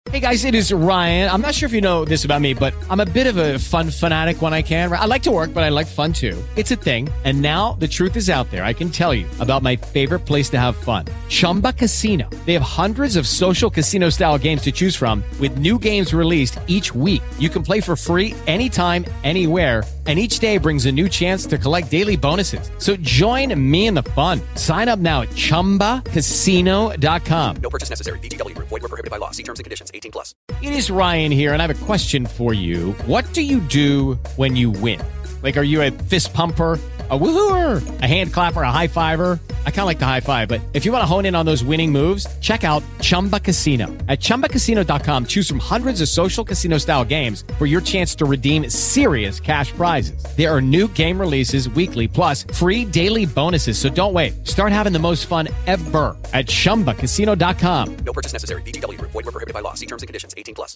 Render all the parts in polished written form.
Hey guys, it is Ryan. I'm not sure if you know this about me, but I'm a bit of a fun fanatic when I can. I like to work, but I like fun too. It's a thing. And now the truth is out there. I can tell you about my favorite place to have fun. Chumba Casino. They have hundreds of social casino style games to choose from with new games released each week. You can play for free anytime, anywhere. And each day brings a new chance to collect daily bonuses. So join me in the fun. Sign up now at ChumbaCasino.com. No purchase necessary. VGW. Void where prohibited by law. See terms and conditions. 18 plus. It is Ryan here, and I have a question for you. What do you do when you win? Like, are you a fist pumper, a woohooer, a hand clapper, a high fiver? I kind of like the high five, but if you want to hone in on those winning moves, check out Chumba Casino. At ChumbaCasino.com, choose from hundreds of social casino style games for your chance to redeem serious cash prizes. There are new game releases weekly, plus free daily bonuses. So don't wait. Start having the most fun ever at ChumbaCasino.com. No purchase necessary. VGW. Void where prohibited by law. See terms and conditions. 18 plus.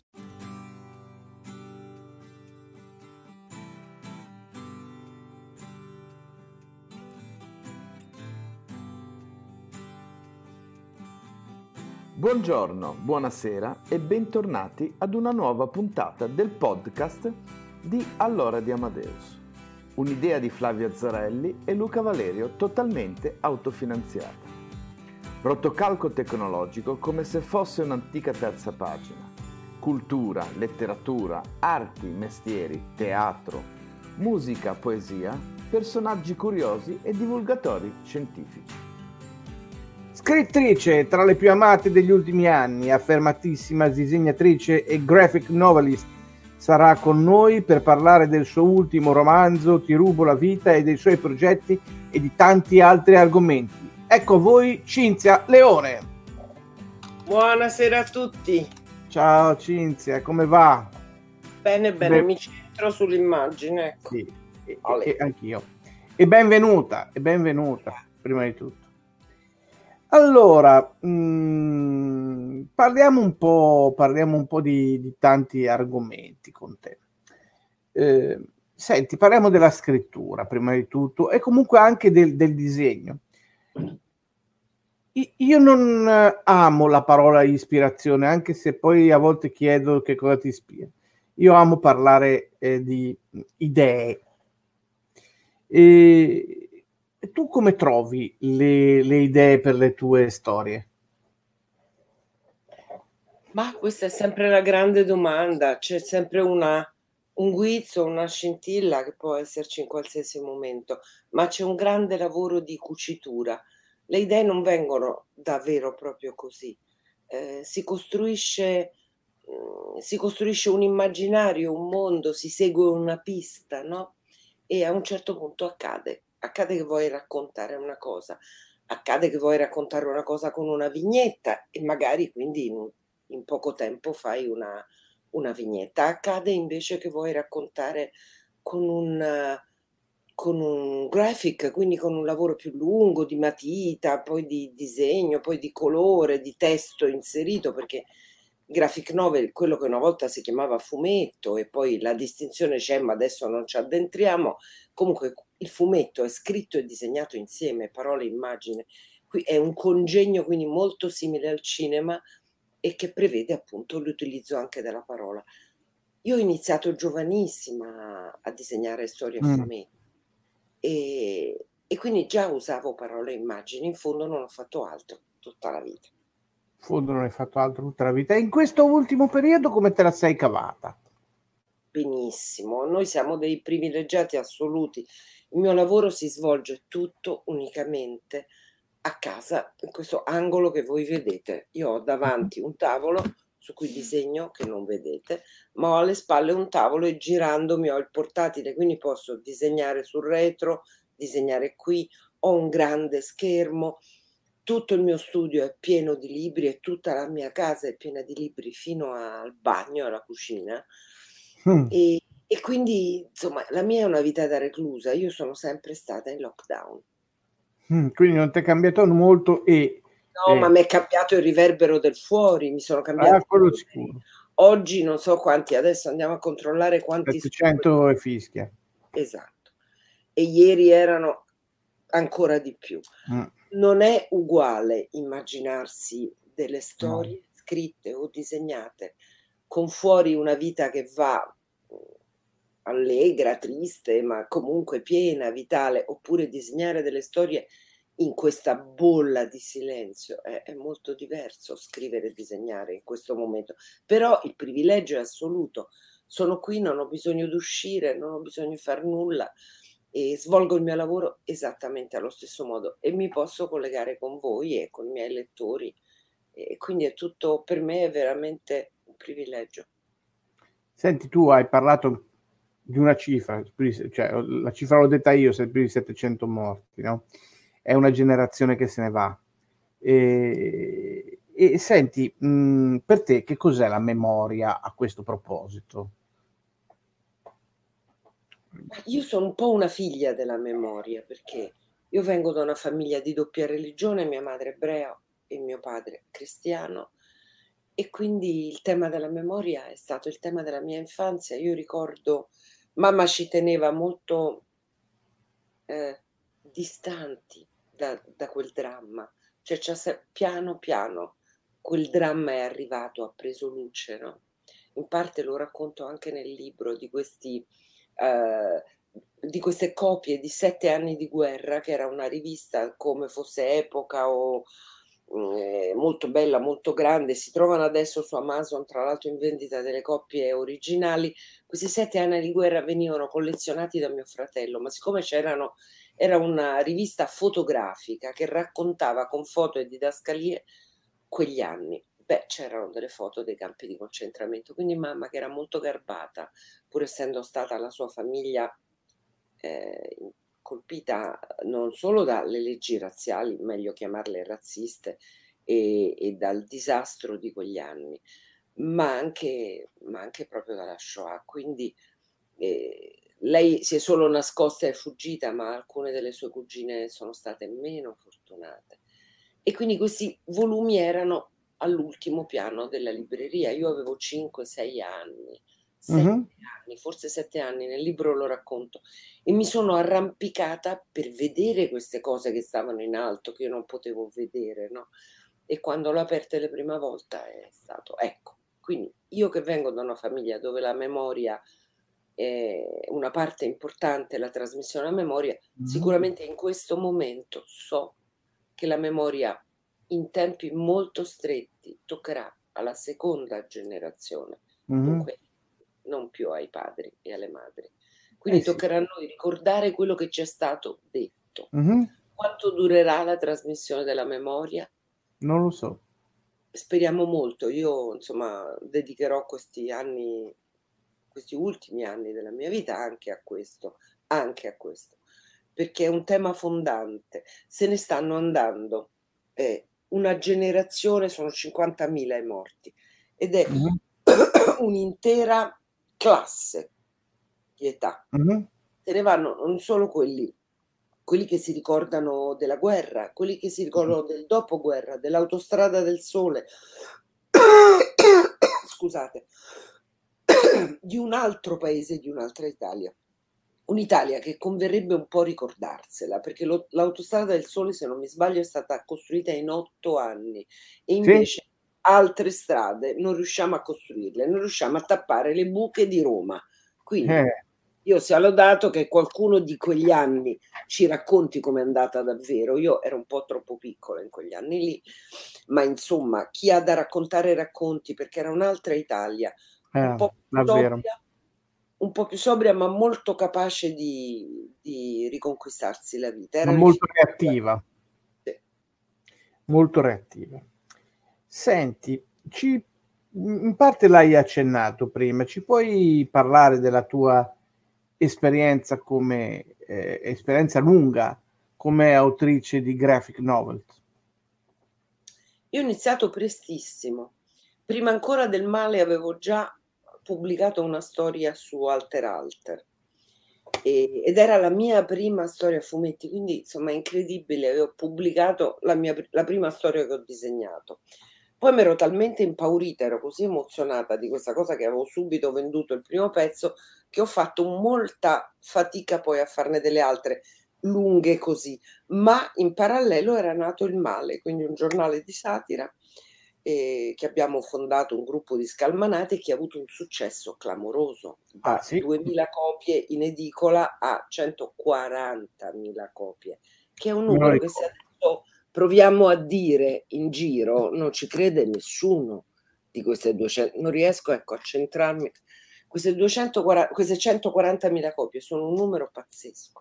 Buongiorno, buonasera e bentornati ad una nuova puntata del podcast di All'ora di Amadeus. Un'idea di Flavio Azzarelli e Luca Valerio totalmente autofinanziata. Rotocalco tecnologico come se fosse un'antica terza pagina. Cultura, letteratura, arti, mestieri, teatro, musica, poesia, personaggi curiosi e divulgatori scientifici. Scrittrice tra le più amate degli ultimi anni, affermatissima disegnatrice e graphic novelist, sarà con noi per parlare del suo ultimo romanzo Ti rubo la vita e dei suoi progetti e di tanti altri argomenti. Ecco a voi Cinzia Leone. Buonasera a tutti. Ciao Cinzia, come va? Bene, mi centro sull'immagine. Ecco. Sì, e anch'io. E benvenuta, prima di tutto. Allora, parliamo un po' di tanti argomenti con te. Senti, parliamo della scrittura prima di tutto e comunque anche del disegno. Io non amo la parola ispirazione, anche se poi a volte chiedo che cosa ti ispira. Io amo parlare di idee. E tu come trovi le idee per le tue storie? Ma questa è sempre la grande domanda. C'è sempre un guizzo, una scintilla che può esserci in qualsiasi momento, ma c'è un grande lavoro di cucitura. Le idee non vengono davvero proprio così. Si costruisce un immaginario, un mondo, si segue una pista, no? E a un certo punto accade che vuoi raccontare una cosa, accade che vuoi raccontare una cosa con una vignetta e magari quindi in poco tempo fai una vignetta, accade invece che vuoi raccontare con un graphic, quindi con un lavoro più lungo di matita, poi di disegno, poi di colore, di testo inserito, perché graphic novel, quello che una volta si chiamava fumetto e poi la distinzione c'è, ma adesso non ci addentriamo. Comunque il fumetto è scritto e disegnato insieme, parole e immagine. Qui è un congegno quindi molto simile al cinema e che prevede appunto l'utilizzo anche della parola. Io ho iniziato giovanissima a disegnare storie a fumetti e quindi già usavo parole e immagini, in fondo non ho fatto altro tutta la vita. E in questo ultimo periodo come te la sei cavata? Benissimo, noi siamo dei privilegiati assoluti. Il mio lavoro si svolge tutto unicamente a casa, in questo angolo che voi vedete. Io ho davanti un tavolo su cui disegno, che non vedete, ma ho alle spalle un tavolo e girandomi ho il portatile, quindi posso disegnare sul retro, disegnare qui, ho un grande schermo. Tutto il mio studio è pieno di libri e tutta la mia casa è piena di libri fino al bagno, alla cucina. E quindi, insomma, la mia è una vita da reclusa. Io sono sempre stata in lockdown. Quindi non ti è cambiato molto No, ma mi è cambiato il riverbero del fuori, mi sono cambiati. Quello sicuro. Oggi non so quanti, adesso andiamo a controllare quanti. 700 e fischia. Esatto. E ieri erano ancora di più. Non è uguale immaginarsi delle storie scritte o disegnate, con fuori una vita che va allegra, triste, ma comunque piena, vitale, oppure disegnare delle storie in questa bolla di silenzio. È molto diverso scrivere e disegnare in questo momento, però il privilegio è assoluto. Sono qui, non ho bisogno di uscire, non ho bisogno di far nulla e svolgo il mio lavoro esattamente allo stesso modo e mi posso collegare con voi e con i miei lettori, e quindi è tutto, per me è veramente un privilegio. Senti, tu hai parlato di una cifra, cioè la cifra l'ho detta io, più di 700 morti, no? È una generazione che se ne va. E senti, per te che cos'è la memoria a questo proposito? Io sono un po' una figlia della memoria, perché io vengo da una famiglia di doppia religione, mia madre ebrea e mio padre cristiano, e quindi il tema della memoria è stato il tema della mia infanzia. Io ricordo, mamma ci teneva molto distanti da quel dramma, cioè piano piano quel dramma è arrivato, ha preso luce, no? In parte lo racconto anche nel libro di queste copie di 7 anni di guerra, che era una rivista come fosse Epoca o molto bella, molto grande. Si trovano adesso su Amazon, tra l'altro in vendita delle copie originali. Questi 7 anni di guerra venivano collezionati da mio fratello, ma siccome era una rivista fotografica che raccontava con foto e didascalie quegli anni. C'erano delle foto dei campi di concentramento, quindi mamma, che era molto garbata, pur essendo stata la sua famiglia colpita non solo dalle leggi razziali, meglio chiamarle razziste, e dal disastro di quegli anni, ma anche proprio dalla Shoah. Quindi lei si è solo nascosta e fuggita, ma alcune delle sue cugine sono state meno fortunate. E quindi questi volumi erano all'ultimo piano della libreria. Io avevo 5-6 anni, 7 anni, forse 7 anni, nel libro lo racconto, e mi sono arrampicata per vedere queste cose che stavano in alto, che io non potevo vedere, no? E quando l'ho aperta la prima volta è stato, ecco, quindi io che vengo da una famiglia dove la memoria è una parte importante, la trasmissione della memoria, sicuramente in questo momento so che la memoria in tempi molto stretti toccherà alla seconda generazione, dunque non più ai padri e alle madri. Quindi toccherà a noi ricordare quello che ci è stato detto. Quanto durerà la trasmissione della memoria? Non lo so. Speriamo molto. Io, insomma, dedicherò questi ultimi anni della mia vita anche a questo, perché è un tema fondante. Se ne stanno andando una generazione, sono 50.000 i morti, ed è un'intera classe di età. Se ne vanno non solo quelli che si ricordano della guerra, quelli che si ricordano del dopoguerra, dell'autostrada del sole, scusate, di un altro paese, di un'altra Italia. Un'Italia che converrebbe un po' ricordarsela, perché l'autostrada del sole, se non mi sbaglio, è stata costruita in 8 anni e invece altre strade non riusciamo a costruirle, non riusciamo a tappare le buche di Roma. Quindi io sia lodato che qualcuno di quegli anni ci racconti com'è andata davvero. Io ero un po' troppo piccola in quegli anni lì, ma insomma, chi ha da raccontare racconti, perché era un'altra Italia, un po' più sobria, ma molto capace di riconquistarsi la vita. Era molto reattiva. Sì. Molto reattiva. Senti, in parte l'hai accennato prima, ci puoi parlare della tua esperienza come esperienza lunga come autrice di graphic novels? Io ho iniziato prestissimo. Prima ancora del Male avevo già pubblicato una storia su Alter Alter ed era la mia prima storia a fumetti, quindi insomma è incredibile. Avevo pubblicato la prima storia che ho disegnato. Poi mi ero talmente impaurita, ero così emozionata di questa cosa che avevo subito venduto il primo pezzo, che ho fatto molta fatica poi a farne delle altre lunghe così, ma in parallelo era nato il Male, quindi un giornale di satira che abbiamo fondato un gruppo di scalmanati che ha avuto un successo clamoroso, da Sì. 2000 copie in edicola a 140.000 copie, che è un Me lo numero che ricordo. se adesso proviamo a dire in giro non ci crede nessuno di queste 200, non riesco a centrarmi. Queste 140.000 copie sono un numero pazzesco.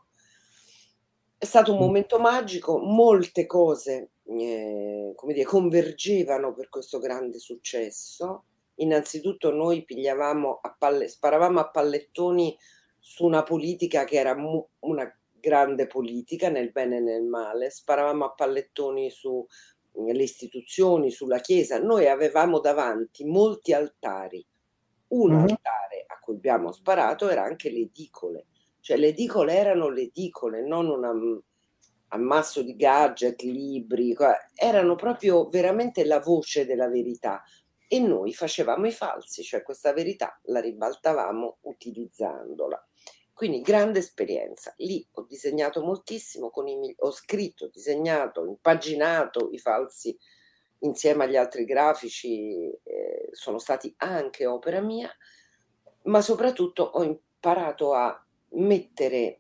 È stato un momento magico, molte cose come dire, convergevano per questo grande successo. Innanzitutto noi sparavamo a pallettoni su una politica che era una grande politica nel bene e nel male, sparavamo a pallettoni sulle istituzioni, sulla Chiesa. Noi avevamo davanti molti altari. Un altare a cui abbiamo sparato era anche le edicole. Cioè le edicole erano le edicole, non un ammasso di gadget, libri, erano proprio veramente la voce della verità e noi facevamo i falsi, cioè questa verità la ribaltavamo utilizzandola. Quindi grande esperienza. Lì ho disegnato moltissimo, ho scritto, disegnato, impaginato i falsi insieme agli altri grafici, sono stati anche opera mia, ma soprattutto ho imparato a mettere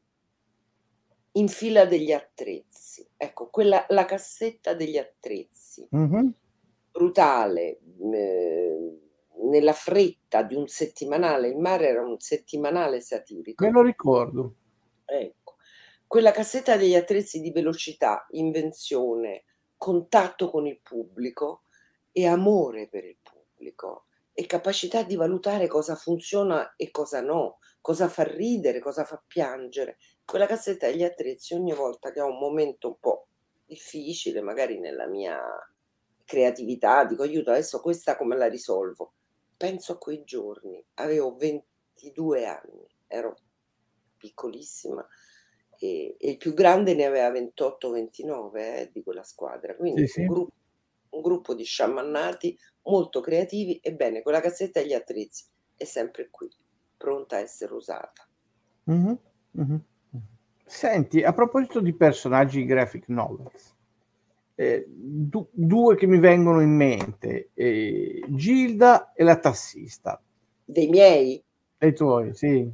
in fila degli attrezzi. Ecco, la cassetta degli attrezzi, brutale, nella fretta di un settimanale. Il Mare era un settimanale satirico. Me lo ricordo. Ecco, quella cassetta degli attrezzi di velocità, invenzione, contatto con il pubblico e amore per il pubblico e capacità di valutare cosa funziona e cosa no, cosa fa ridere, cosa fa piangere. Quella cassetta degli attrezzi, ogni volta che ho un momento un po' difficile, magari nella mia creatività, dico aiuto, adesso questa come la risolvo? Penso a quei giorni, avevo 22 anni, ero piccolissima e il più grande ne aveva 28-29 di quella squadra, quindi Sì. un gruppo di sciamannati molto creativi. Ebbene, quella cassetta degli attrezzi è sempre qui, pronta a essere usata. Senti, a proposito di personaggi graphic novels, due che mi vengono in mente, Gilda e la tassista. Dei miei? Dei tuoi, sì.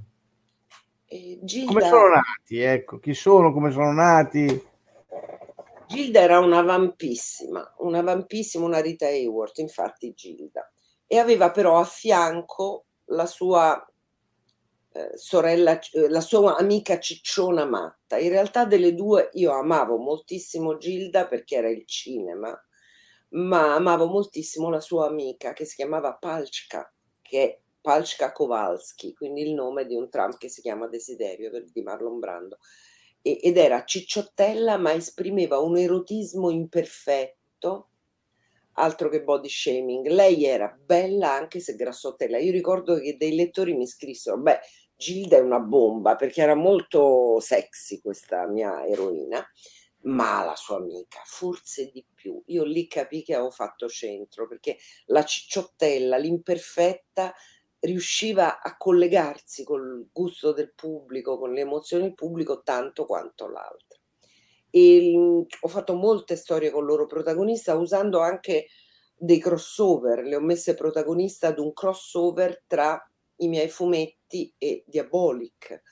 Gilda, come sono nati? Ecco, chi sono, come sono nati? Gilda era una vampissima, una Rita Hayworth, infatti Gilda, e aveva però a fianco la sua sorella, la sua amica cicciona matta. In realtà delle due io amavo moltissimo Gilda perché era il cinema, ma amavo moltissimo la sua amica che si chiamava Palchka, che è Palchka Kowalski, quindi il nome di un tram che si chiama Desiderio di Marlon Brando, ed era cicciottella ma esprimeva un erotismo imperfetto, altro che body shaming. Lei era bella anche se grassottella. Io ricordo che dei lettori mi scrissero: beh, Gilda è una bomba, perché era molto sexy questa mia eroina, ma la sua amica forse di più. Io lì capii che avevo fatto centro, perché la cicciottella, l'imperfetta, riusciva a collegarsi col gusto del pubblico, con le emozioni del pubblico tanto quanto l'altra. E ho fatto molte storie con loro protagonista usando anche dei crossover, le ho messe protagonista ad un crossover tra i miei fumetti e Diabolic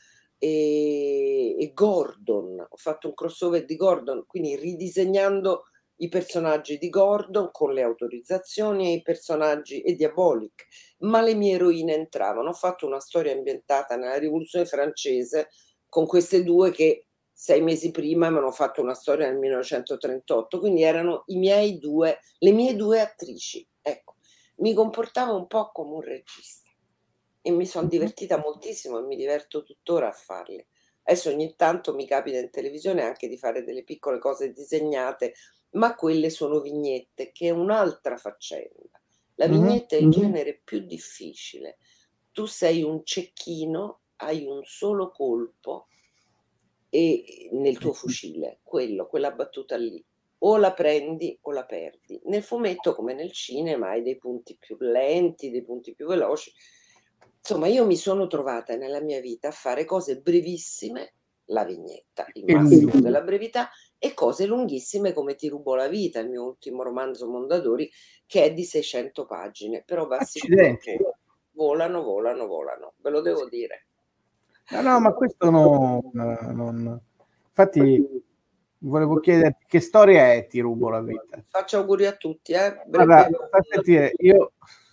e Gordon. Ho fatto un crossover di Gordon, quindi ridisegnando i personaggi di Gordon con le autorizzazioni e i personaggi e Diabolic, ma le mie eroine entravano. Ho fatto una storia ambientata nella Rivoluzione francese con queste due che 6 mesi prima mi hanno fatto una storia nel 1938, quindi erano le mie due attrici. Ecco, mi comportavo un po' come un regista e mi sono divertita moltissimo e mi diverto tuttora a farle. Adesso ogni tanto mi capita in televisione anche di fare delle piccole cose disegnate, ma quelle sono vignette, che è un'altra faccenda. La vignetta è il genere più difficile. Tu sei un cecchino, hai un solo colpo e nel tuo fucile, quella battuta lì, o la prendi o la perdi. Nel fumetto, come nel cinema, hai dei punti più lenti, dei punti più veloci. Insomma, io mi sono trovata nella mia vita a fare cose brevissime la vignetta, il E massimo lunghissimo. della brevità, e cose lunghissime come Ti rubo la vita, il mio ultimo romanzo Mondadori, che è di 600 pagine, però va sicuro Accidenti. che volano, ve lo devo dire. No, ma questo non. Infatti, volevo chiederti che storia è Ti rubo la vita. Faccio auguri a tutti, Guarda, fai sentire, io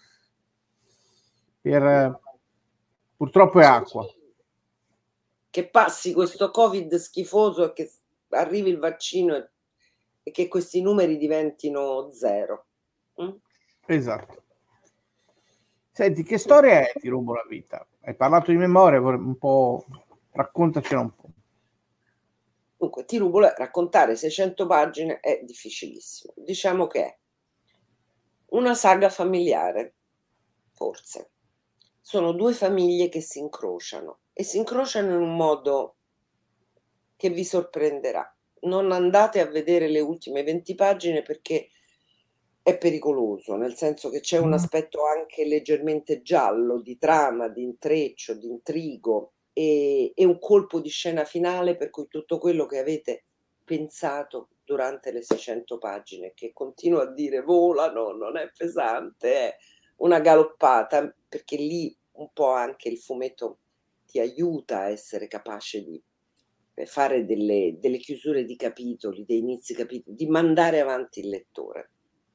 purtroppo è acqua. Che passi questo Covid schifoso e che arrivi il vaccino e che questi numeri diventino 0. Esatto. Senti, che storia è Ti rubo la vita? Hai parlato di memoria, un po', raccontacela un po'. Dunque, raccontare 600 pagine è difficilissimo. Diciamo che è una saga familiare, forse. Sono 2 famiglie che si incrociano e si incrociano in un modo che vi sorprenderà. Non andate a vedere le ultime 20 pagine perché è pericoloso, nel senso che c'è un aspetto anche leggermente giallo, di trama, di intreccio, di intrigo e un colpo di scena finale per cui tutto quello che avete pensato durante le 600 pagine, che continuo a dire volano, non è pesante, è una galoppata, perché lì un po' anche il fumetto ti aiuta a essere capace di fare delle chiusure di capitoli, dei inizi capitoli, di mandare avanti il lettore.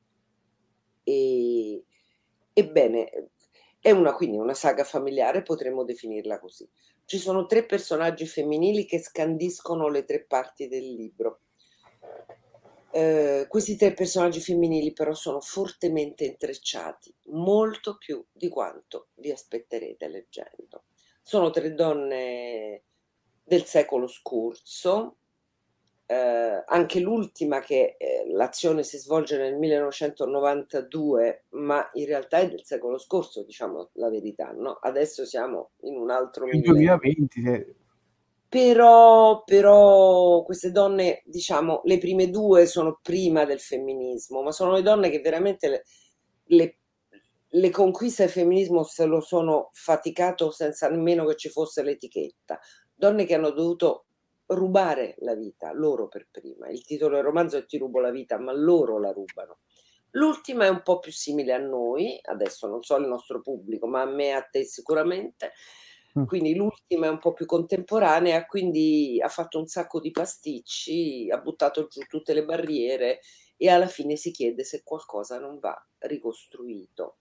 Ebbene, è quindi una saga familiare, potremmo definirla così. Ci sono 3 personaggi femminili che scandiscono le 3 parti del libro. Questi 3 personaggi femminili però sono fortemente intrecciati, molto più di quanto vi aspetterete leggendo. Sono 3 donne del secolo scorso, anche l'ultima che l'azione si svolge nel 1992, ma in realtà è del secolo scorso, diciamo la verità, no? Adesso siamo in un altro Nel millennio. 2020. Però queste donne, diciamo, le prime 2 sono prima del femminismo, ma sono le donne che veramente le conquiste del femminismo se lo sono faticato senza nemmeno che ci fosse l'etichetta. Donne che hanno dovuto rubare la vita, loro per prima. Il titolo del romanzo è Ti rubo la vita, ma loro la rubano. L'ultima è un po' più simile a noi, adesso non so il nostro pubblico, ma a me e a te sicuramente. Quindi l'ultima è un po' più contemporanea, quindi ha fatto un sacco di pasticci, ha buttato giù tutte le barriere e alla fine si chiede se qualcosa non va ricostruito.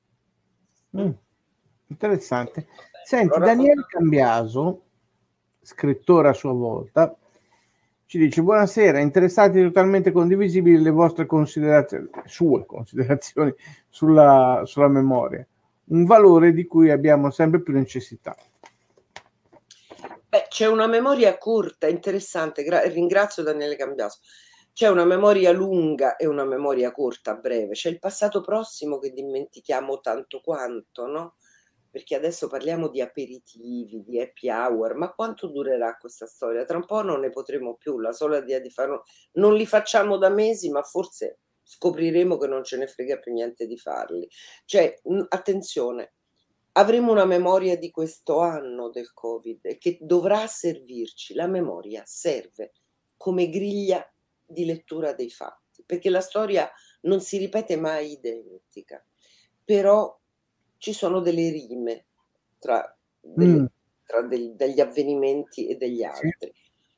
Interessante. Senti, Allora, Daniele Cambiaso, scrittore a sua volta, ci dice: buonasera, interessati e totalmente condivisibili le vostre sue considerazioni sulla memoria, un valore di cui abbiamo sempre più necessità. C'è una memoria corta, interessante, ringrazio Daniele Cambiaso. C'è una memoria lunga e una memoria corta, breve. C'è il passato prossimo che dimentichiamo tanto quanto, no? Perché adesso parliamo di aperitivi, di happy hour, ma quanto durerà questa storia? Tra un po' non ne potremo più, la sola idea di farlo, non li facciamo da mesi, ma forse scopriremo che non ce ne frega più niente di farli. Cioè, attenzione, avremo una memoria di questo anno del Covid e che dovrà servirci, la memoria serve come griglia di lettura dei fatti, perché la storia non si ripete mai identica, però ci sono delle rime tra degli avvenimenti e degli altri.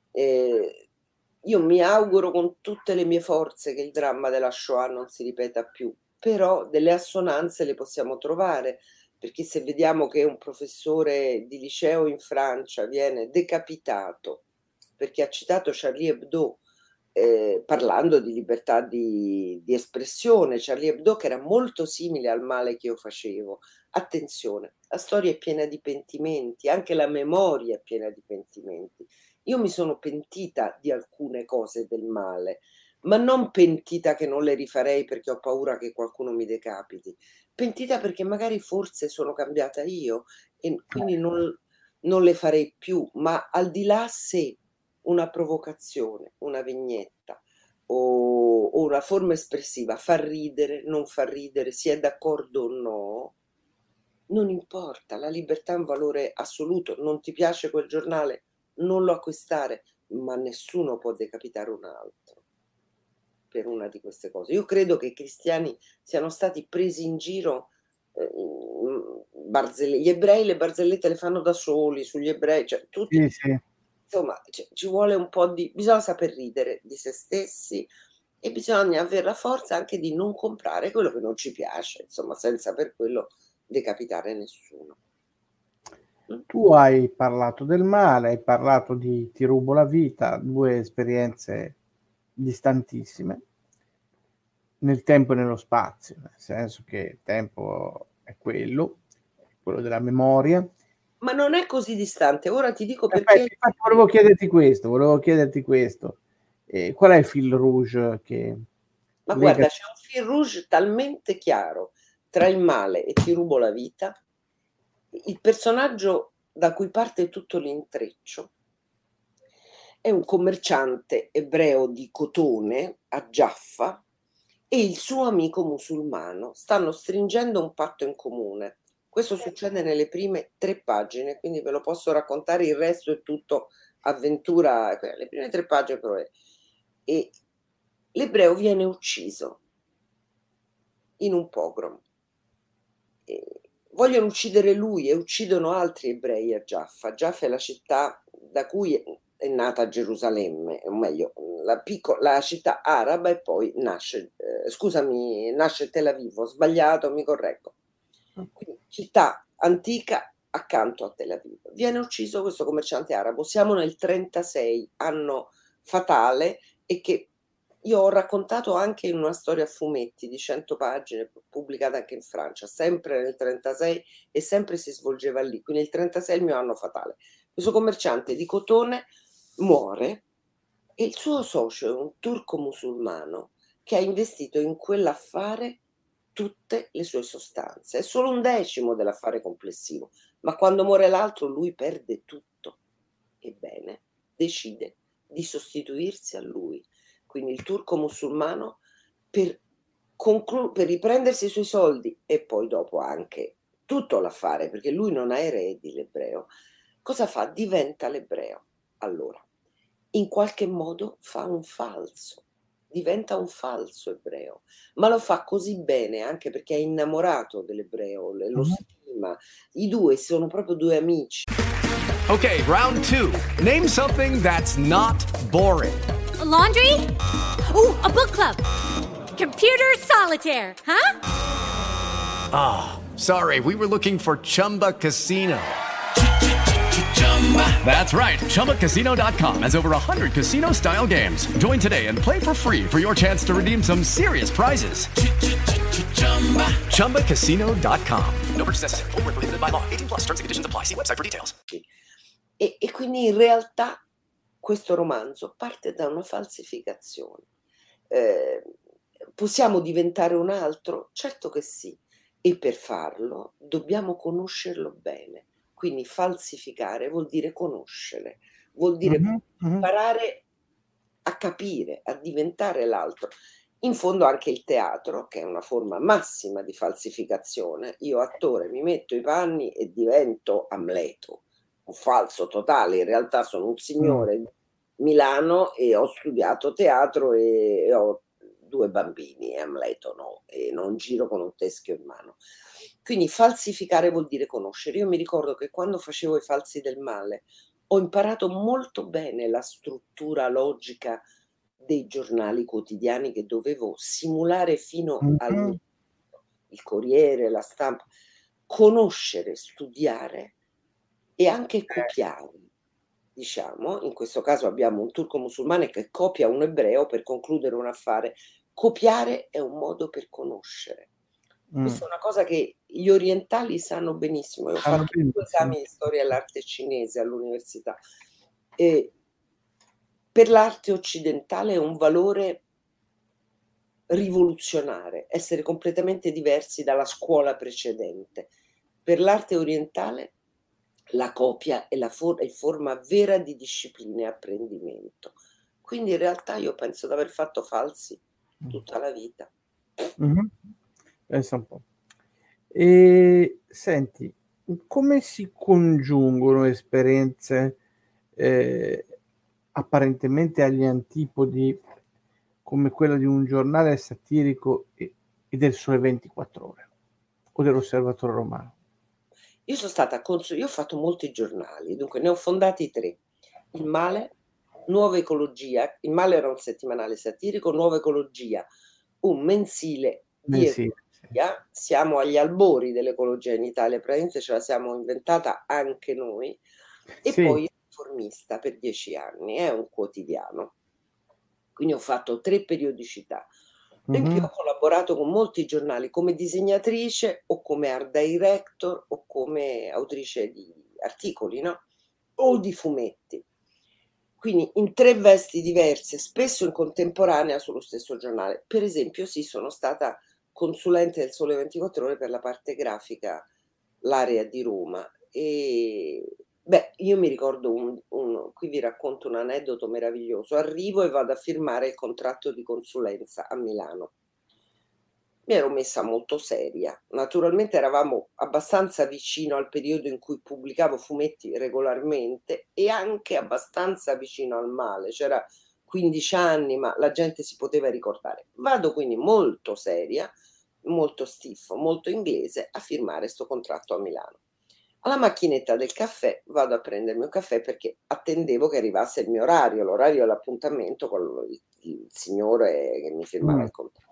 Io mi auguro con tutte le mie forze che il dramma della Shoah non si ripeta più, però delle assonanze le possiamo trovare, perché se vediamo che un professore di liceo in Francia viene decapitato perché ha citato Charlie Hebdo, parlando di libertà di espressione, Charlie Hebdo che era molto simile al male che io facevo. Attenzione, la storia è piena di pentimenti, anche la memoria è piena di pentimenti. Io mi sono pentita di alcune cose del male, ma non pentita che non le rifarei perché ho paura che qualcuno mi decapiti, pentita perché magari forse sono cambiata io e quindi non le farei più, ma al di là se una provocazione, una vignetta o una forma espressiva fa ridere, non fa ridere, si è d'accordo o no, non importa, la libertà è un valore assoluto, non ti piace quel giornale? non lo acquistare, ma nessuno può decapitare un altro per una di queste cose. Io credo che i cristiani siano stati presi in giro, gli ebrei le barzellette le fanno da soli, sugli ebrei, cioè tutti, Sì. insomma, ci vuole un po' bisogna saper ridere di se stessi e bisogna avere la forza anche di non comprare quello che non ci piace, insomma, senza per quello decapitare nessuno. Tu hai parlato del male, hai parlato di Ti rubo la vita, 2 esperienze distantissime nel tempo e nello spazio, nel senso che il tempo è quello della memoria. Ma non è così distante, ora ti dico Aspetta, perché. infatti volevo chiederti questo. Qual è il fil rouge che Ma lega? guarda, c'è un fil rouge talmente chiaro tra il male e Ti rubo la vita. Il personaggio da cui parte tutto l'intreccio è un commerciante ebreo di cotone a Giaffa e il suo amico musulmano stanno stringendo un patto in comune. Questo succede nelle prime 3 pagine, quindi ve lo posso raccontare, il resto è tutto avventura, le prime 3 pagine però e l'ebreo viene ucciso in un pogrom. Vogliono uccidere lui e uccidono altri ebrei a Giaffa. Giaffa è la città da cui è nata Gerusalemme, o meglio, la città araba, e poi nasce Tel Aviv, ho sbagliato, mi correggo. Quindi, città antica accanto a Tel Aviv. Viene ucciso questo commerciante arabo. Siamo nel 36, anno fatale, e che io ho raccontato anche in una storia a fumetti di 100 pagine, pubblicata anche in Francia, sempre nel 36, e sempre si svolgeva lì. Quindi il 36 è il mio anno fatale. Questo commerciante di cotone muore e il suo socio è un turco musulmano che ha investito in quell'affare tutte le sue sostanze. È solo 1/10 dell'affare complessivo, ma quando muore l'altro lui perde tutto. Ebbene, decide di sostituirsi a lui. Quindi il turco musulmano, per riprendersi i suoi soldi e poi dopo anche tutto l'affare, perché lui non ha eredi, l'ebreo, cosa fa? Diventa l'ebreo. Allora, in qualche modo fa un falso, diventa un falso ebreo, ma lo fa così bene anche perché è innamorato dell'ebreo, lo stima. I due sono proprio 2 amici. Okay, round 2. Name something that's not boring. A laundry? Ooh, a book club. Computer solitaire, huh? Sorry, we were looking for Chumba Casino. That's right, ChumbaCasino.com has over 100 casino-style games. Join today and play for free for your chance to redeem some serious prizes. ChumbaCasino.com. No purchase necessary. Void where prohibited by law. 18+ terms and conditions apply. See website for details. E quindi in realtà questo romanzo parte da una falsificazione. Possiamo diventare un altro? Certo che sì, e per farlo dobbiamo conoscerlo bene. Quindi falsificare vuol dire conoscere, vuol dire imparare a capire, a diventare l'altro. In fondo anche il teatro, che è una forma massima di falsificazione. Io attore mi metto i panni e divento Amleto, un falso totale. In realtà sono un signore di Milano e ho studiato teatro e ho 2 bambini, e Amleto no, e non giro con un teschio in mano. Quindi falsificare vuol dire conoscere. Io mi ricordo che quando facevo i falsi del male ho imparato molto bene la struttura logica dei giornali quotidiani che dovevo simulare fino al il Corriere, la Stampa, conoscere, studiare e anche copiare. Diciamo, in questo caso abbiamo un turco musulmano che copia un ebreo per concludere un affare. Copiare è un modo per conoscere. Questa è una cosa che gli orientali sanno benissimo. Io ho fatto 2 esami di storia dell'arte cinese all'università. E per l'arte occidentale è un valore rivoluzionare, essere completamente diversi dalla scuola precedente. Per l'arte orientale la copia è forma vera di disciplina e apprendimento. Quindi in realtà io penso di aver fatto falsi tutta la vita. Pensa un po'. E senti, come si congiungono esperienze apparentemente agli antipodi, come quella di un giornale satirico e del Sole 24 Ore o dell'Osservatore Romano? Io sono stata io ho fatto molti giornali, dunque ne ho fondati 3. Il Male, Nuova Ecologia, il Male era un settimanale satirico, Nuova Ecologia, un mensile di Sì. ecologia. Siamo agli albori dell'ecologia in Italia, praticamente ce la siamo inventata anche noi. E Sì. poi il Riformista per 10 anni, è un quotidiano. Quindi ho fatto 3 periodicità. In più ho collaborato con molti giornali come disegnatrice o come art director o come autrice di articoli, no? O di fumetti. Quindi in 3 vesti diverse, spesso in contemporanea sullo stesso giornale. Per esempio, sì, sono stata consulente del Sole 24 Ore per la parte grafica, l'area di Roma. E io mi ricordo qui vi racconto un aneddoto meraviglioso. Arrivo e vado a firmare il contratto di consulenza a Milano. Mi ero messa molto seria. Naturalmente eravamo abbastanza vicino al periodo in cui pubblicavo fumetti regolarmente e anche abbastanza vicino al Male. C'era 15 anni, ma la gente si poteva ricordare. Vado quindi molto seria, molto stiffo, molto inglese a firmare sto contratto a Milano. Alla macchinetta del caffè vado a prendermi un caffè perché attendevo che arrivasse il mio orario, l'orario dell'appuntamento con il signore che mi firmava il contratto.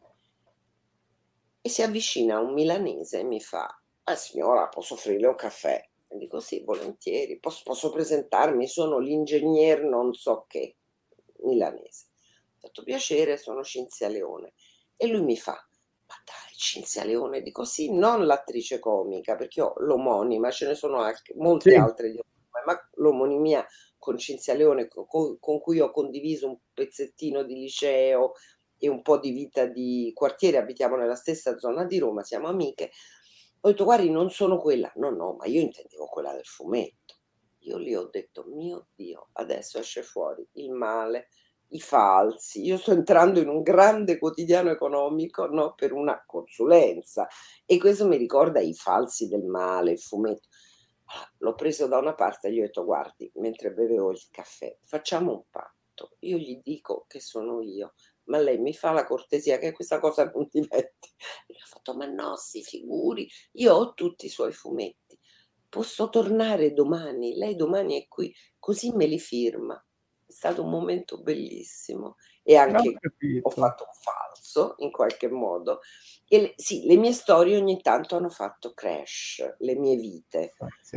E si avvicina un milanese e mi fa: signora, posso offrirle un caffè? E dico: sì, volentieri, posso presentarmi, sono l'ingegner non so che, milanese. Fatto piacere, sono Cinzia Leone. E lui mi fa: ma dai, Cinzia Leone? Dico: sì, non l'attrice comica, perché ho l'omonima, ce ne sono anche molte altre di omonime, ma l'omonimia con Cinzia Leone, con cui ho condiviso un pezzettino di liceo e un po' di vita di quartiere, abitiamo nella stessa zona di Roma, siamo amiche. Ho detto: guardi, non sono quella. No, ma io intendevo quella del fumetto. Io lì ho detto: mio Dio, adesso esce fuori il Male, i falsi. Io sto entrando in un grande quotidiano economico, no, per una consulenza. E questo mi ricorda i falsi del Male, il fumetto. L'ho preso da una parte e gli ho detto: guardi, mentre bevevo il caffè, facciamo un patto. Io gli dico che sono io, ma lei mi fa la cortesia che questa cosa non diventi. E ha fatto: ma no, si figuri, io ho tutti i suoi fumetti, posso tornare domani, lei domani è qui, così me li firma. È stato un momento bellissimo e anche ho fatto un falso in qualche modo. E sì, le mie storie ogni tanto hanno fatto crash, le mie vite.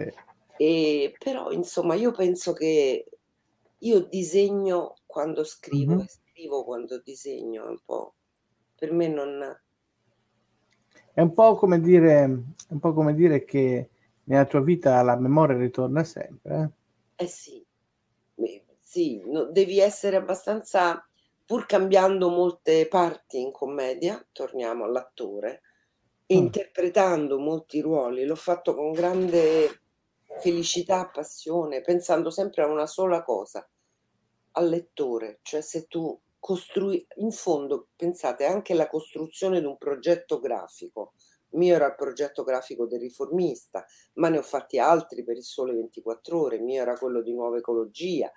E però insomma io penso che io disegno quando scrivo e scrivo quando disegno, è un po', per me non... È un po' come dire che nella tua vita la memoria ritorna sempre. Sì, sì, devi essere abbastanza, pur cambiando molte parti in commedia, torniamo all'attore, interpretando molti ruoli, l'ho fatto con grande felicità, passione, pensando sempre a una sola cosa, al lettore. Cioè, se tu costrui, in fondo, pensate anche alla costruzione di un progetto grafico. Il mio era il progetto grafico del Riformista, ma ne ho fatti altri per il Sole 24 Ore, il mio era quello di Nuova Ecologia.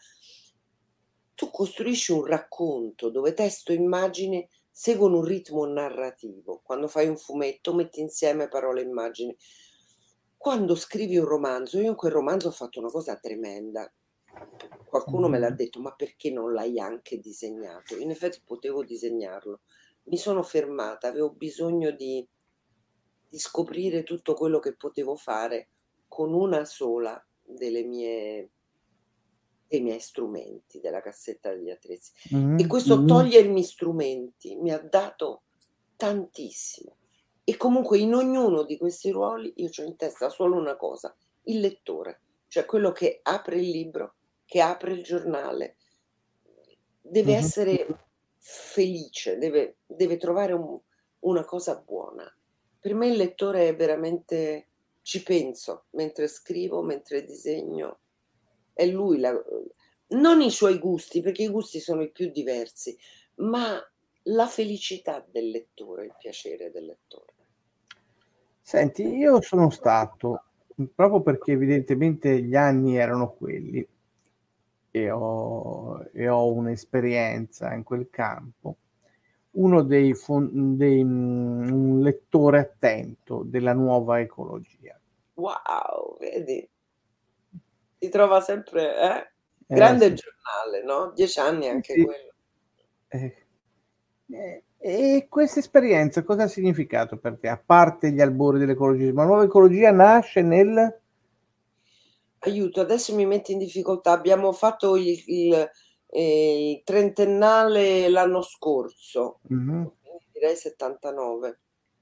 Tu costruisci un racconto dove testo e immagine seguono un ritmo narrativo. Quando fai un fumetto metti insieme parole e immagini. Quando scrivi un romanzo, io in quel romanzo ho fatto una cosa tremenda. Qualcuno me l'ha detto: ma perché non l'hai anche disegnato? In effetti potevo disegnarlo. Mi sono fermata, avevo bisogno di scoprire tutto quello che potevo fare con una sola dei miei strumenti, della cassetta degli attrezzi. E questo togliermi strumenti mi ha dato tantissimo. E comunque in ognuno di questi ruoli io ho in testa solo una cosa: il lettore, cioè quello che apre il libro, che apre il giornale, deve essere felice, deve trovare una cosa buona. Per me il lettore è veramente, ci penso mentre scrivo, mentre disegno, è lui non i suoi gusti, perché i gusti sono i più diversi, ma la felicità del lettore, il piacere del lettore. Senti, io sono stato, proprio perché evidentemente gli anni erano quelli, ho un'esperienza in quel campo, un lettore attento della nuova ecologia. Wow, vedi? Si trova sempre, grande Sì. giornale, no? 10 anni anche Sì. quello. E questa esperienza cosa ha significato per te, a parte gli albori dell'ecologismo? La nuova ecologia nasce nel... Aiuto, adesso mi metti in difficoltà. Abbiamo fatto il trentennale l'anno scorso, Mhm. quindi direi 79.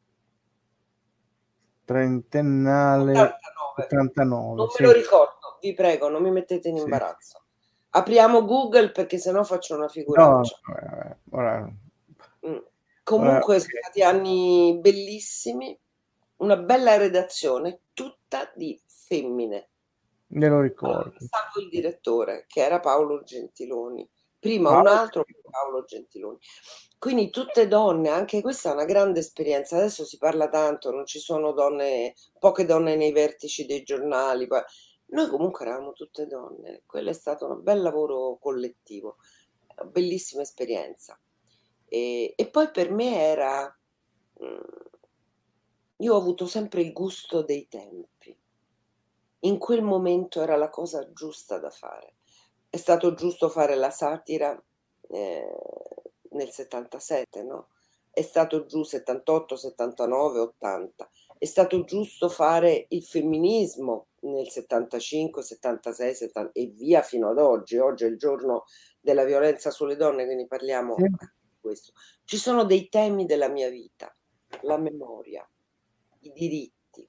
Trentennale 89. 89, Non me sì. lo ricordo, vi prego, non mi mettete in Sì. imbarazzo. Apriamo Google perché sennò faccio una No, figuraccia. ora, Comunque sono ok, stati anni bellissimi, una bella redazione, tutta di femmine. me lo Allora, ricordo. salvo il direttore, che era Paolo Gentiloni. Prima un Paolo, altro, Paolo Gentiloni. Quindi tutte donne, anche questa è una grande esperienza. Adesso si parla tanto, non ci sono donne, poche donne nei vertici dei giornali. Noi comunque eravamo tutte donne. Quello è stato un bel lavoro collettivo, una bellissima esperienza. E poi per me era... Io ho avuto sempre il gusto dei tempi. In quel momento era la cosa giusta da fare. È stato giusto fare la satira nel 77, no? È stato giusto 78, 79, 80. È stato giusto fare il femminismo nel 75, 76, 70 e via fino ad oggi. Oggi è il giorno della violenza sulle donne, quindi parliamo sì. di questo. Ci sono dei temi della mia vita, la memoria, i diritti,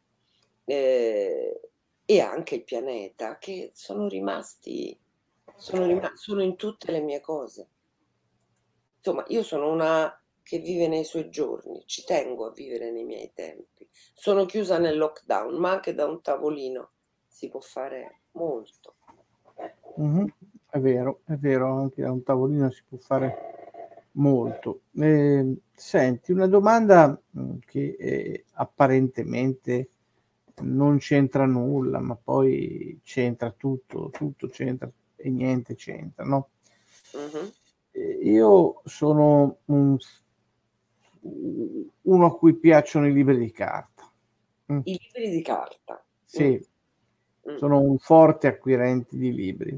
e anche il pianeta, che sono in tutte le mie cose. Insomma, io sono una che vive nei suoi giorni, ci tengo a vivere nei miei tempi. Sono chiusa nel lockdown, ma anche da un tavolino si può fare molto. Mhm. È vero, anche da un tavolino si può fare molto. Senti, una domanda che apparentemente non c'entra nulla, ma poi c'entra tutto c'entra e niente c'entra, no? Mhm. Io sono uno a cui piacciono i libri di carta. I libri di carta. Sì, Mm. sono un forte acquirente di libri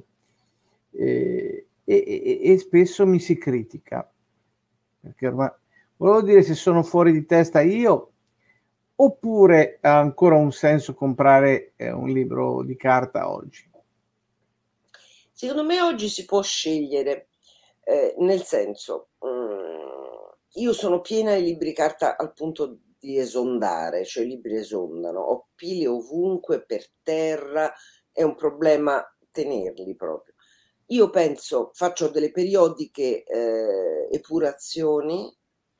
e spesso mi si critica, perché ormai volevo dire se sono fuori di testa io oppure ha ancora un senso comprare un libro di carta oggi. Secondo me oggi si può scegliere, nel senso, io sono piena di libri carta al punto di esondare, cioè i libri esondano, ho pile ovunque, per terra, è un problema tenerli proprio. Io penso, faccio delle periodiche epurazioni,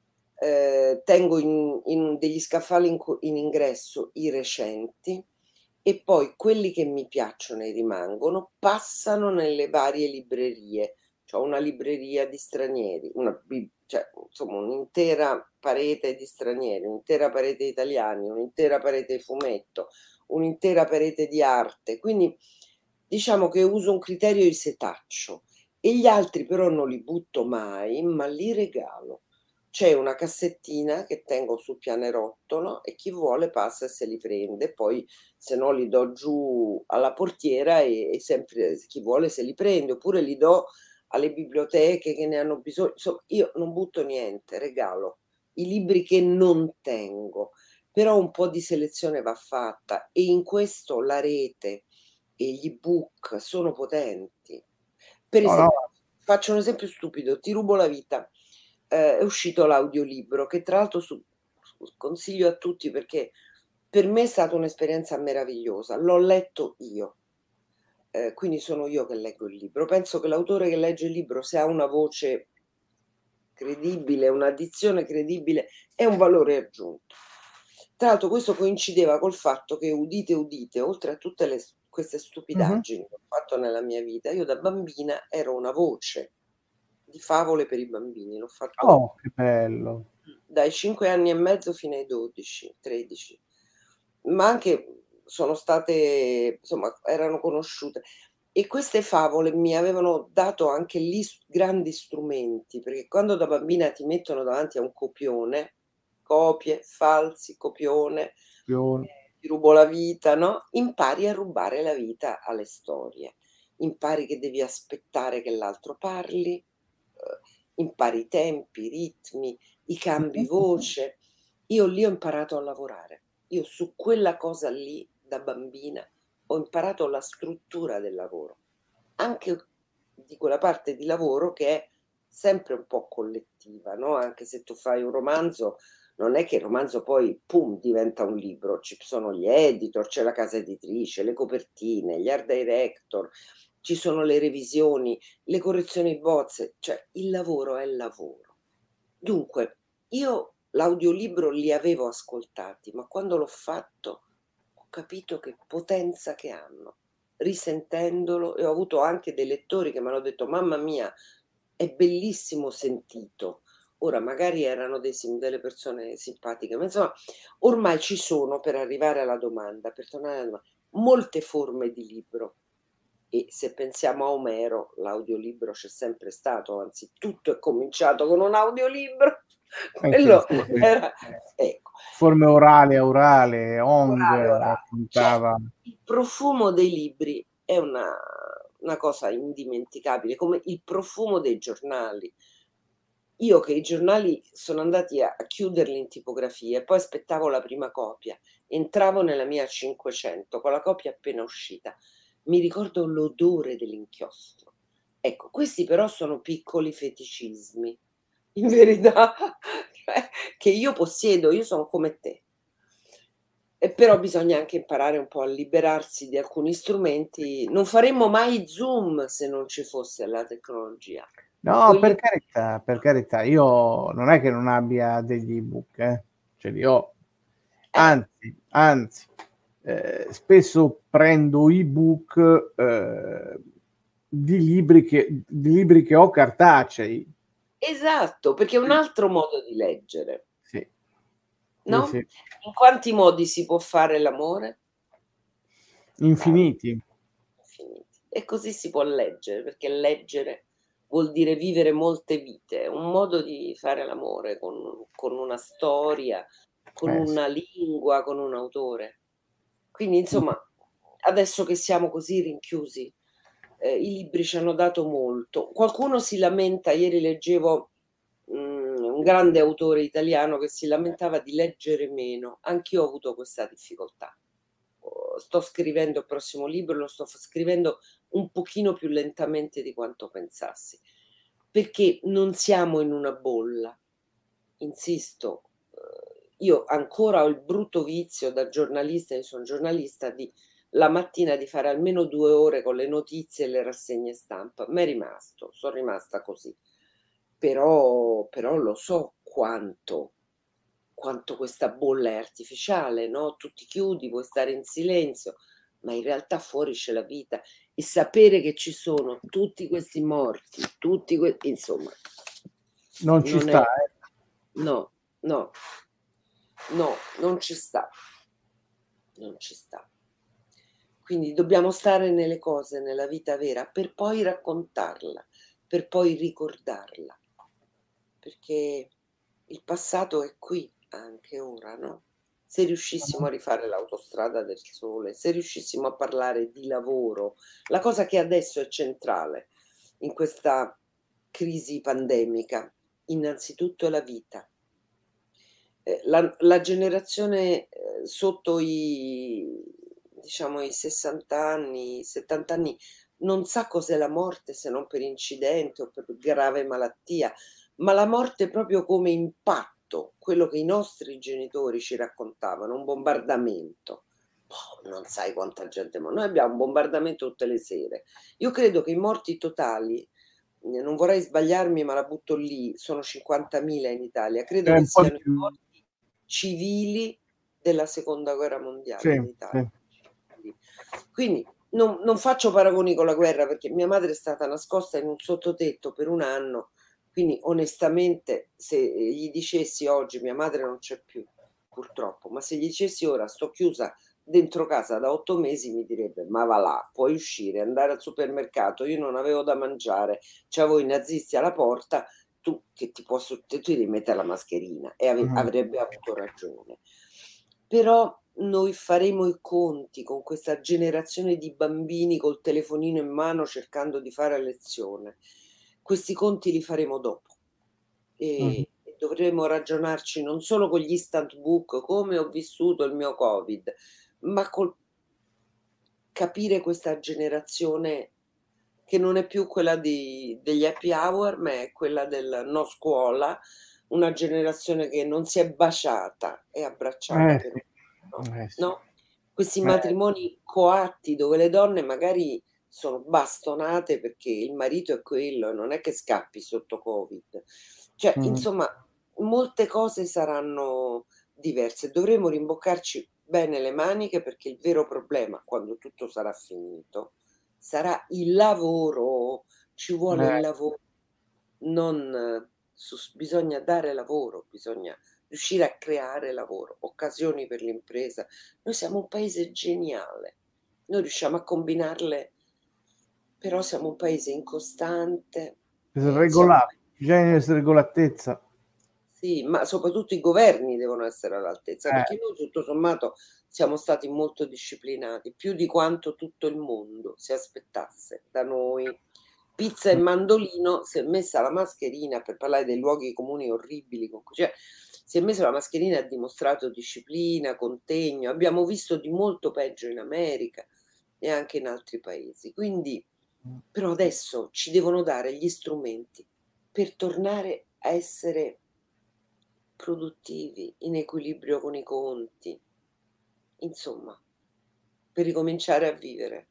tengo in degli scaffali in ingresso i recenti e poi quelli che mi piacciono e rimangono passano nelle varie librerie. C'ho una libreria di stranieri, cioè, insomma, un'intera parete di stranieri, un'intera parete di italiani, un'intera parete di fumetto, un'intera parete di arte. Quindi diciamo che uso un criterio di setaccio e gli altri però non li butto mai, ma li regalo. C'è una cassettina che tengo sul pianerottolo e chi vuole passa e se li prende, poi se no li do giù alla portiera e sempre chi vuole se li prende, oppure li do alle biblioteche che ne hanno bisogno. Insomma, io non butto niente, regalo i libri che non tengo, però un po' di selezione va fatta e in questo la rete e gli ebook sono potenti. Per No, no, esempio, faccio un esempio stupido, Ti rubo la vita. È uscito l'audiolibro che tra l'altro consiglio a tutti perché per me è stata un'esperienza meravigliosa. L'ho letto io, quindi sono io che leggo il libro. Penso che l'autore che legge il libro, se ha una voce credibile, una dizione credibile, è un valore aggiunto. Tra l'altro questo coincideva col fatto che, udite udite, oltre a tutte queste stupidaggini che ho fatto nella mia vita, io da bambina ero una voce di favole per i bambini, l'ho fatto oh, che bello. dai 5 anni e mezzo fino ai 12, 13, ma anche sono state, insomma, erano conosciute. E queste favole mi avevano dato anche lì grandi strumenti, perché quando da bambina ti mettono davanti a un copione, copie, falsi, copione, ti rubo la vita, no? Impari a rubare la vita alle storie, impari che devi aspettare che l'altro parli, impari i tempi, i ritmi, i cambi voce. Io lì ho imparato a lavorare, io su quella cosa lì da bambina ho imparato la struttura del lavoro, anche di quella parte di lavoro che è sempre un po' collettiva, no? Anche se tu fai un romanzo, non è che il romanzo poi, pum, diventa un libro, ci sono gli editor, c'è la casa editrice, le copertine, gli art director, ci sono le revisioni, le correzioni bozze, cioè il lavoro è il lavoro. Dunque, io l'audiolibro li avevo ascoltati, ma quando l'ho fatto ho capito che potenza che hanno, risentendolo, e ho avuto anche dei lettori che mi hanno detto: mamma mia, è bellissimo sentito. Ora magari erano delle persone simpatiche, ma insomma ormai ci sono, per arrivare alla domanda, per tornare alla domanda, molte forme di libro. E se pensiamo a Omero, l'audiolibro c'è sempre stato, anzi tutto è cominciato con un audiolibro. Quello era, ecco. Forme orale, aurale, Orale. raccontava. Il profumo dei libri è una cosa indimenticabile, come il profumo dei giornali. Io che i giornali sono andati a chiuderli in tipografia e poi aspettavo la prima copia, entravo nella mia 500 con la copia appena uscita, mi ricordo l'odore dell'inchiostro. Ecco, questi però sono piccoli feticismi, in verità, che io possiedo, io sono come te. E però bisogna anche imparare un po' a liberarsi di alcuni strumenti. Non faremmo mai Zoom se non ci fosse la tecnologia. No, per carità, io non è che non abbia degli ebook, ce li ho. Anzi, spesso prendo ebook di libri che ho cartacei. Esatto, perché è un altro modo di leggere. Sì. No? Sì. In quanti modi si può fare l'amore? Infiniti. E così si può leggere, perché leggere vuol dire vivere molte vite, è un modo di fare l'amore con una storia, con una lingua, con un autore. Quindi insomma, adesso che siamo così rinchiusi, i libri ci hanno dato molto. Qualcuno si lamenta, ieri leggevo un grande autore italiano che si lamentava di leggere meno. Anch'io ho avuto questa difficoltà. Sto scrivendo il prossimo libro, lo sto scrivendo un pochino più lentamente di quanto pensassi, perché non siamo in una bolla. Insisto, io ancora ho il brutto vizio da giornalista, io sono giornalista, di la mattina di fare almeno 2 ore con le notizie e le rassegne stampa. Sono rimasta così. Però lo so quanto questa bolla è artificiale, no? Tu ti chiudi, puoi stare in silenzio, ma in realtà fuori c'è la vita, e sapere che ci sono tutti questi morti, insomma, non ci sta, No, non ci sta. Non ci sta. Quindi dobbiamo stare nelle cose, nella vita vera, per poi raccontarla, per poi ricordarla, perché il passato è qui anche ora, no? Se riuscissimo a rifare l'autostrada del sole, se riuscissimo a parlare di lavoro, la cosa che adesso è centrale in questa crisi pandemica, innanzitutto è la vita. La generazione sotto i 60 anni, 70 anni, non sa cos'è la morte se non per incidente o per grave malattia, ma la morte proprio come impatto, quello che i nostri genitori ci raccontavano, un bombardamento. Non sai quanta gente muore. Noi abbiamo un bombardamento tutte le sere. Io credo che i morti totali, non vorrei sbagliarmi, ma la butto lì, sono 50.000 in Italia. Credo che siano i morti civili della seconda guerra mondiale in Italia. Sì. Quindi non faccio paragoni con la guerra, perché mia madre è stata nascosta in un sottotetto per 1 anno, quindi onestamente se gli dicessi oggi, mia madre non c'è più purtroppo, ma se gli dicessi ora sto chiusa dentro casa da 8 mesi mi direbbe: ma va là, puoi uscire, andare al supermercato, io non avevo da mangiare, c'avevo i nazisti alla porta, tu che tu devi mettere la mascherina, e avrebbe avuto ragione. Però noi faremo i conti con questa generazione di bambini col telefonino in mano cercando di fare lezione. Questi conti li faremo dopo e dovremo ragionarci non solo con gli instant book, come ho vissuto il mio Covid, ma col capire questa generazione che non è più quella degli happy hour, ma è quella del no scuola, una generazione che non si è baciata e abbracciata per no? Questi matrimoni coatti dove le donne magari sono bastonate perché il marito è quello e non è che scappi sotto Covid. Cioè, insomma, molte cose saranno diverse. Dovremo rimboccarci bene le maniche, perché il vero problema, quando tutto sarà finito, sarà il lavoro. Ci vuole il lavoro. Bisogna dare lavoro, bisogna riuscire a creare lavoro, occasioni per l'impresa. Noi siamo un paese geniale, noi riusciamo a combinarle, però siamo un paese incostante. Genio sregolatezza. Sì, ma soprattutto i governi devono essere all'altezza, perché noi tutto sommato siamo stati molto disciplinati, più di quanto tutto il mondo si aspettasse da noi. Pizza e mandolino, si è messa la mascherina, per parlare dei luoghi comuni orribili, cioè, si è messa la mascherina e ha dimostrato disciplina, contegno. Abbiamo visto di molto peggio in America e anche in altri paesi. Quindi, però adesso ci devono dare gli strumenti per tornare a essere produttivi, in equilibrio con i conti, insomma, per ricominciare a vivere.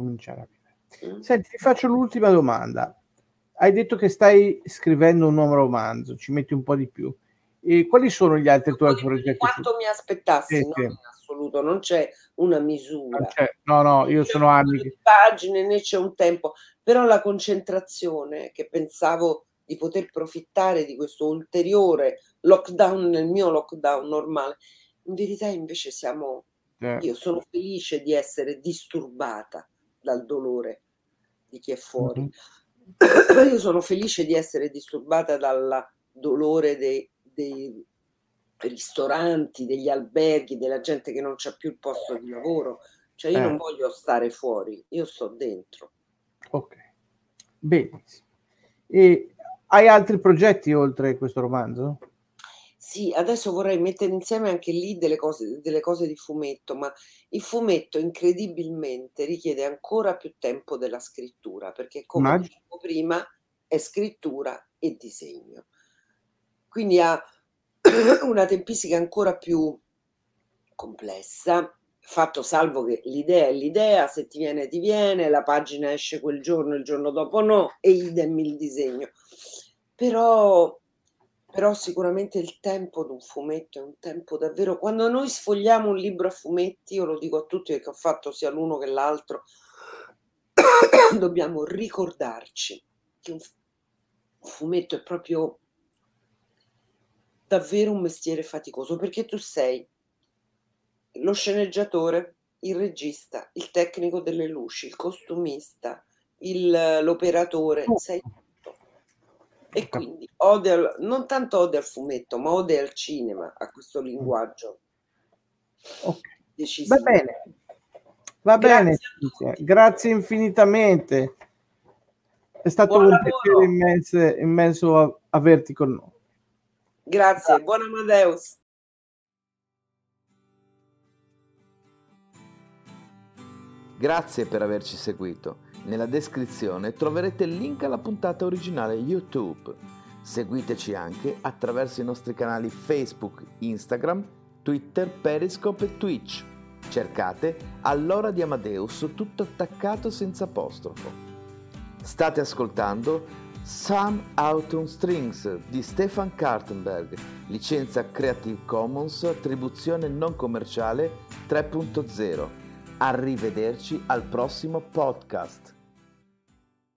Senti, ti faccio l'ultima domanda. Hai detto che stai scrivendo un nuovo romanzo, ci metti un po' di più. E quali sono gli altri tuoi progetti? Quanto mi aspettassi, no, in assoluto, non c'è una misura. No, io sono anni che pagine, né c'è un tempo, però la concentrazione che pensavo di poter profittare di questo ulteriore lockdown nel mio lockdown normale, in verità invece io sono felice di essere disturbata dal dolore di chi è fuori. Io sono felice di essere disturbata dal dolore dei ristoranti, degli alberghi, della gente che non c'ha più il posto di lavoro. Cioè io non voglio stare fuori, io sto dentro. Ok, benissimo. E hai altri progetti oltre questo romanzo? Sì, adesso vorrei mettere insieme anche lì delle cose di fumetto, ma il fumetto incredibilmente richiede ancora più tempo della scrittura, perché come dicevo prima è scrittura e disegno. Quindi ha una tempistica ancora più complessa, fatto salvo che l'idea è l'idea, se ti viene, la pagina esce quel giorno, il giorno dopo no, e idem il disegno. Però sicuramente il tempo di un fumetto è un tempo davvero... Quando noi sfogliamo un libro a fumetti, io lo dico a tutti perché ho fatto sia l'uno che l'altro, dobbiamo ricordarci che un fumetto è proprio davvero un mestiere faticoso, perché tu sei lo sceneggiatore, il regista, il tecnico delle luci, il costumista, l'operatore, sei tutto. E quindi non tanto ode al fumetto, ma ode al cinema, a questo linguaggio. Va bene, grazie infinitamente. È stato un piacere immenso averti con noi. Grazie, buon Amadeus. Grazie per averci seguito. Nella descrizione troverete il link alla puntata originale YouTube. Seguiteci anche attraverso i nostri canali Facebook, Instagram, Twitter, Periscope e Twitch. Cercate All'ora di Amadeus, tutto attaccato senza apostrofo. State ascoltando Some Autumn Strings di Stefan Kartenberg, licenza Creative Commons, attribuzione non commerciale 3.0. Arrivederci al prossimo podcast.